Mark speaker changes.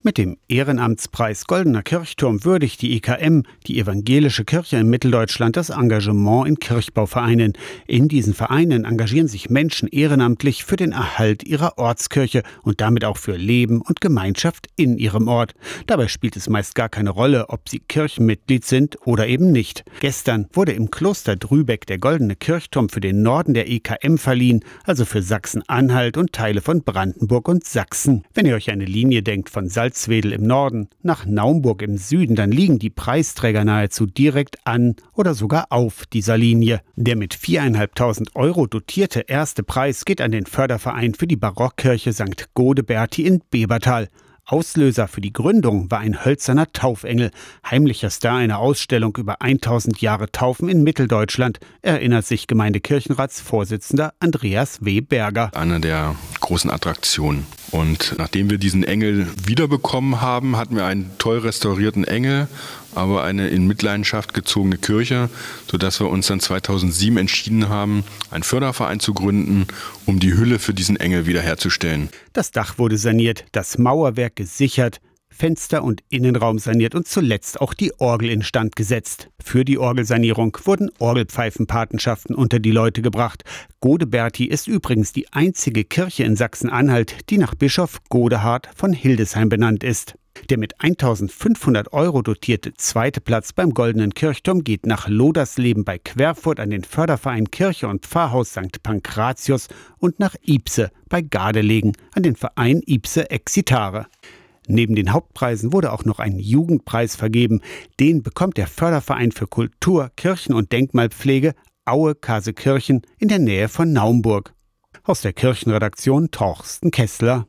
Speaker 1: Mit dem Ehrenamtspreis Goldener Kirchturm würdigt die EKM, die Evangelische Kirche in Mitteldeutschland, das Engagement in Kirchbauvereinen. In diesen Vereinen engagieren sich Menschen ehrenamtlich für den Erhalt ihrer Ortskirche und damit auch für Leben und Gemeinschaft in ihrem Ort. Dabei spielt es meist gar keine Rolle, ob sie Kirchenmitglied sind oder eben nicht. Gestern wurde im Kloster Drübeck der Goldene Kirchturm für den Norden der EKM verliehen, also für Sachsen-Anhalt und Teile von Brandenburg und Sachsen. Wenn ihr euch eine Linie denkt von Salzwedel im Norden nach Naumburg im Süden, dann liegen die Preisträger nahezu direkt an oder sogar auf dieser Linie. Der mit 4.500 € dotierte erste Preis geht an den Förderverein für die Barockkirche St. Godeberti in Bebertal. Auslöser für die Gründung war ein hölzerner Taufengel, heimlicher Star einer Ausstellung über 1000 Jahre Taufen in Mitteldeutschland, erinnert sich Gemeindekirchenratsvorsitzender Andreas W. Berger.
Speaker 2: Eine der großen Attraktionen. Und nachdem wir diesen Engel wiederbekommen haben, hatten wir einen toll restaurierten Engel, aber eine in Mitleidenschaft gezogene Kirche, sodass wir uns dann 2007 entschieden haben, einen Förderverein zu gründen, um die Hülle für diesen Engel wiederherzustellen.
Speaker 1: Das Dach wurde saniert, das Mauerwerk gesichert, Fenster und Innenraum saniert und zuletzt auch die Orgel instand gesetzt. Für die Orgelsanierung wurden Orgelpfeifenpatenschaften unter die Leute gebracht. Godeberti ist übrigens die einzige Kirche in Sachsen-Anhalt, die nach Bischof Godehard von Hildesheim benannt ist. Der mit 1.500 € dotierte zweite Platz beim Goldenen Kirchturm geht nach Lodersleben bei Querfurt an den Förderverein Kirche und Pfarrhaus St. Pankratius und nach Iepse bei Gardelegen an den Verein Iepse Excitare. Neben den Hauptpreisen wurde auch noch ein Jugendpreis vergeben. Den bekommt der Förderverein für Kultur, Kirchen- und Denkmalpflege Aue-Kasekirchen in der Nähe von Naumburg. Aus der Kirchenredaktion Torsten Kessler.